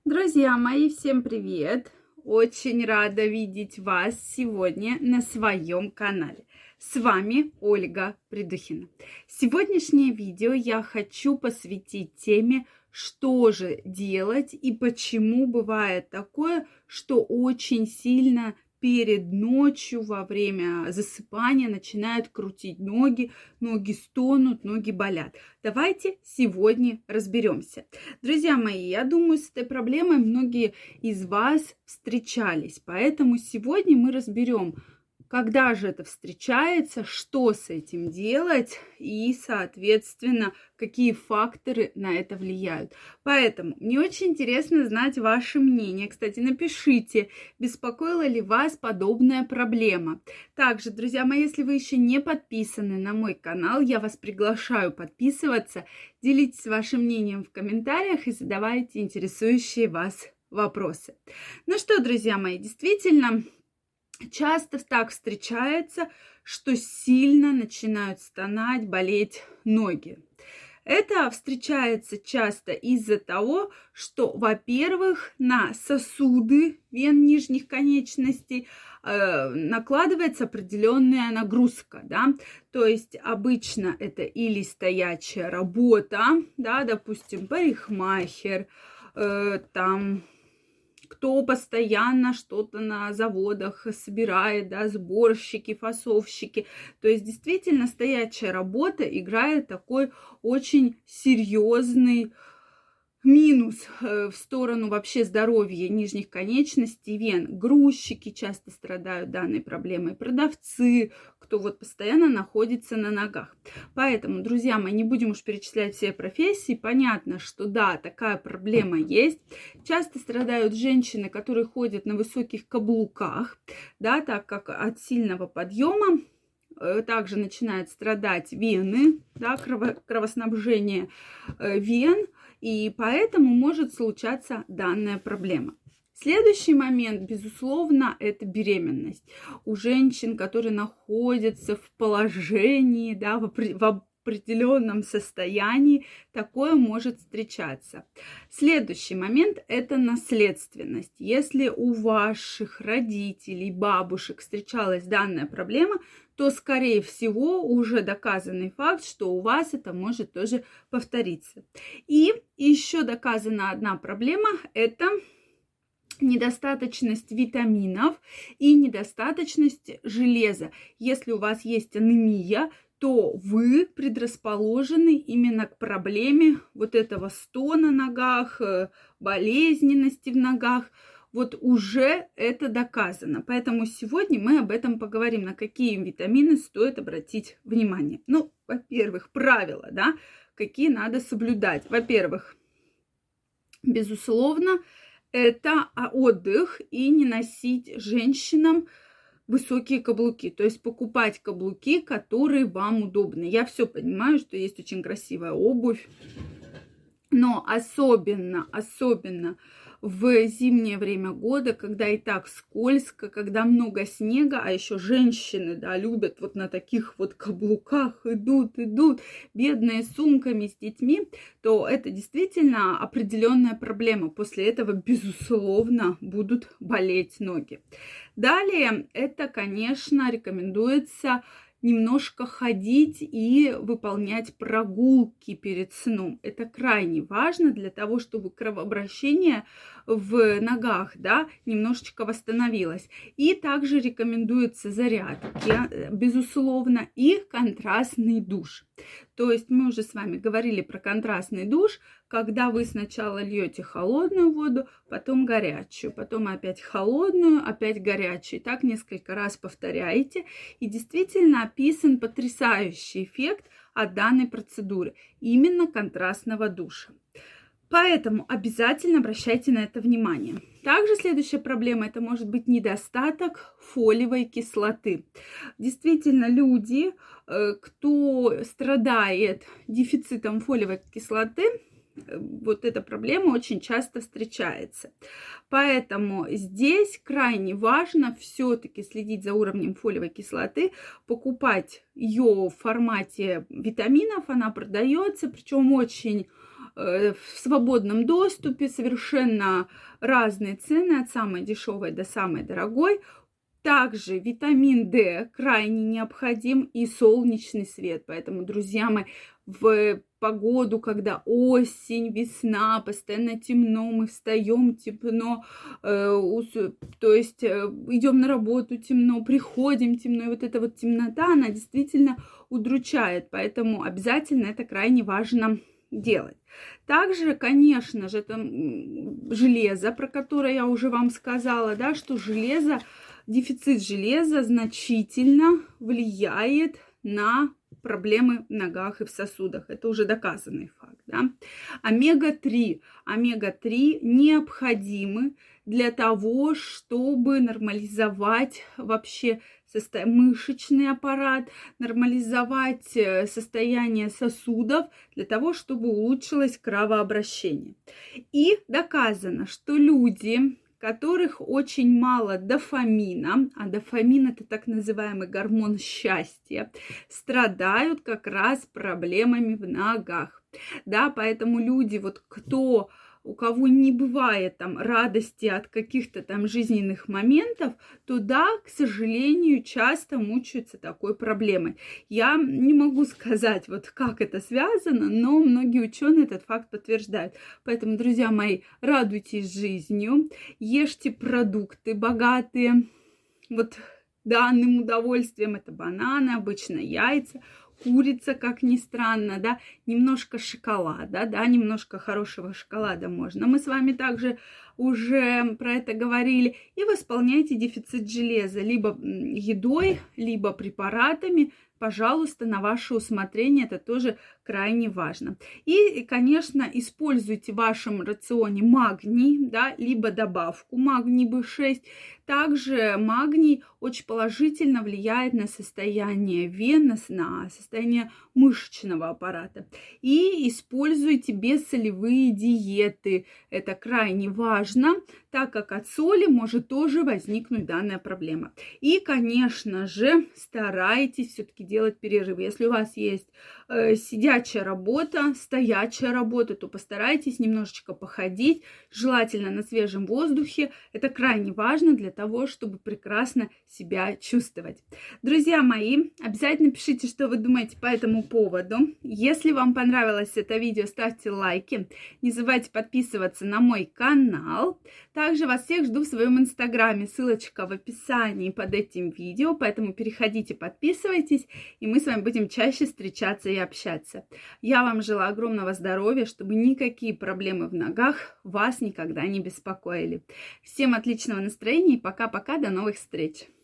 Друзья мои, всем привет! Очень рада видеть вас сегодня на своем канале. С вами Ольга Придухина. Сегодняшнее видео я хочу посвятить теме, что же делать и почему бывает такое, что очень сильно перед ночью во время засыпания начинают крутить ноги, ноги стонут, ноги болят. Давайте сегодня разберемся. Друзья мои, я думаю, с этой проблемой многие из вас встречались, поэтому сегодня мы разберем, когда же это встречается, что с этим делать и, соответственно, какие факторы на это влияют. Поэтому мне очень интересно знать ваше мнение. Кстати, напишите, беспокоила ли вас подобная проблема. Также, друзья мои, если вы еще не подписаны на мой канал, я вас приглашаю подписываться, делитесь вашим мнением в комментариях и задавайте интересующие вас вопросы. Ну что, друзья мои, действительно, часто так встречается, что сильно начинают стонать, болеть ноги. Это встречается часто из-за того, что, во-первых, на сосуды вен нижних конечностей накладывается определенная нагрузка, да, то есть обычно это или стоячая работа, да, допустим, парикмахер, кто постоянно что-то на заводах собирает, да, сборщики, фасовщики. То есть действительно стоячая работа играет такой очень серьезный минус в сторону вообще здоровья нижних конечностей, вен. Грузчики часто страдают данной проблемой, продавцы, кто вот постоянно находится на ногах. Поэтому, друзья мои, не будем уж перечислять все профессии. Понятно, что да, такая проблема есть. Часто страдают женщины, которые ходят на высоких каблуках, да, так как от сильного подъема также начинают страдать вены, да, кровоснабжение вен, и поэтому может случаться данная проблема. Следующий момент, безусловно, это беременность. У женщин, которые находятся в положении, да, в определенном состоянии, такое может встречаться. Следующий момент – это наследственность. Если у ваших родителей, бабушек встречалась данная проблема, то, скорее всего, уже доказанный факт, что у вас это может тоже повториться. И еще доказана одна проблема – это недостаточность витаминов и недостаточность железа. Если у вас есть анемия, то вы предрасположены именно к проблеме вот этого стона на ногах, болезненности в ногах. Вот уже это доказано. Поэтому сегодня мы об этом поговорим, на какие витамины стоит обратить внимание. Ну, во-первых, правила, да, какие надо соблюдать. Во-первых, безусловно, это отдых и не носить женщинам высокие каблуки, то есть покупать каблуки, которые вам удобны. Я все понимаю, что есть очень красивая обувь, но особенно в зимнее время года, когда и так скользко, когда много снега, а еще женщины, да, любят вот на таких вот каблуках идут, бедные с сумками, с детьми, то это действительно определенная проблема. После этого, безусловно, будут болеть ноги. Далее, это, конечно, рекомендуется немножко ходить и выполнять прогулки перед сном. Это крайне важно для того, чтобы кровообращение в ногах, да, немножечко восстановилось. И также рекомендуется зарядки, безусловно, и контрастный душ. То есть мы уже с вами говорили про контрастный душ, когда вы сначала льете холодную воду, потом горячую, потом опять холодную, опять горячую. Так несколько раз повторяете. И действительно описан потрясающий эффект от данной процедуры, именно контрастного душа. Поэтому обязательно обращайте на это внимание. Также следующая проблема – это может быть недостаток фолиевой кислоты. Действительно, люди, кто страдает дефицитом фолиевой кислоты, вот эта проблема очень часто встречается. Поэтому здесь крайне важно все-таки следить за уровнем фолиевой кислоты, покупать ее в формате витаминов. Она продается, причем очень в свободном доступе, совершенно разные цены, от самой дешевой до самой дорогой. Также витамин D крайне необходим и солнечный свет. Поэтому, друзья мои, в погоду, когда осень, весна, постоянно темно, мы встаем темно, то есть идем на работу темно, приходим темно. И вот эта вот темнота, она действительно удручает. Поэтому обязательно это крайне важно делать. Также, конечно же, это железо, про которое я уже вам сказала, да, что дефицит железа значительно влияет на проблемы в ногах и в сосудах. Это уже доказанный факт. Да? Омега-3 необходимы для того, чтобы нормализовать вообще мышечный аппарат, нормализовать состояние сосудов, для того, чтобы улучшилось кровообращение. И доказано, что люди, которых очень мало дофамина, а дофамин — это так называемый гормон счастья, страдают как раз проблемами в ногах. Да, поэтому люди, у кого не бывает там радости от каких-то там жизненных моментов, то да, к сожалению, часто мучаются такой проблемой. Я не могу сказать, как это связано, но многие ученые этот факт подтверждают. Поэтому, друзья мои, радуйтесь жизнью, ешьте продукты богатые данным удовольствием. Это бананы, обычно яйца, курица, как ни странно, да, немножко шоколада, да, немножко хорошего шоколада можно. Мы с вами также уже про это говорили. И восполняйте дефицит железа либо едой, либо препаратами. Пожалуйста, на ваше усмотрение, это тоже крайне важно. И, конечно, используйте в вашем рационе магний, да, либо добавку магний B6. Также магний очень положительно влияет на состояние вен, на состояние мышечного аппарата. И используйте бессолевые диеты. Это крайне важно, так как от соли может тоже возникнуть данная проблема. И, конечно же, старайтесь все-таки делать перерывы. Если у вас есть сидячая работа, стоячая работа, то постарайтесь немножечко походить, желательно на свежем воздухе. Это крайне важно для того, чтобы прекрасно себя чувствовать. Друзья мои, обязательно пишите, что вы думаете по этому поводу. Если вам понравилось это видео, ставьте лайки. Не забывайте подписываться на мой канал. Также вас всех жду в своем инстаграме. Ссылочка в описании под этим видео. Поэтому переходите, подписывайтесь, и мы с вами будем чаще встречаться и общаться. Я вам желаю огромного здоровья, чтобы никакие проблемы в ногах вас никогда не беспокоили. Всем отличного настроения и пока-пока, до новых встреч!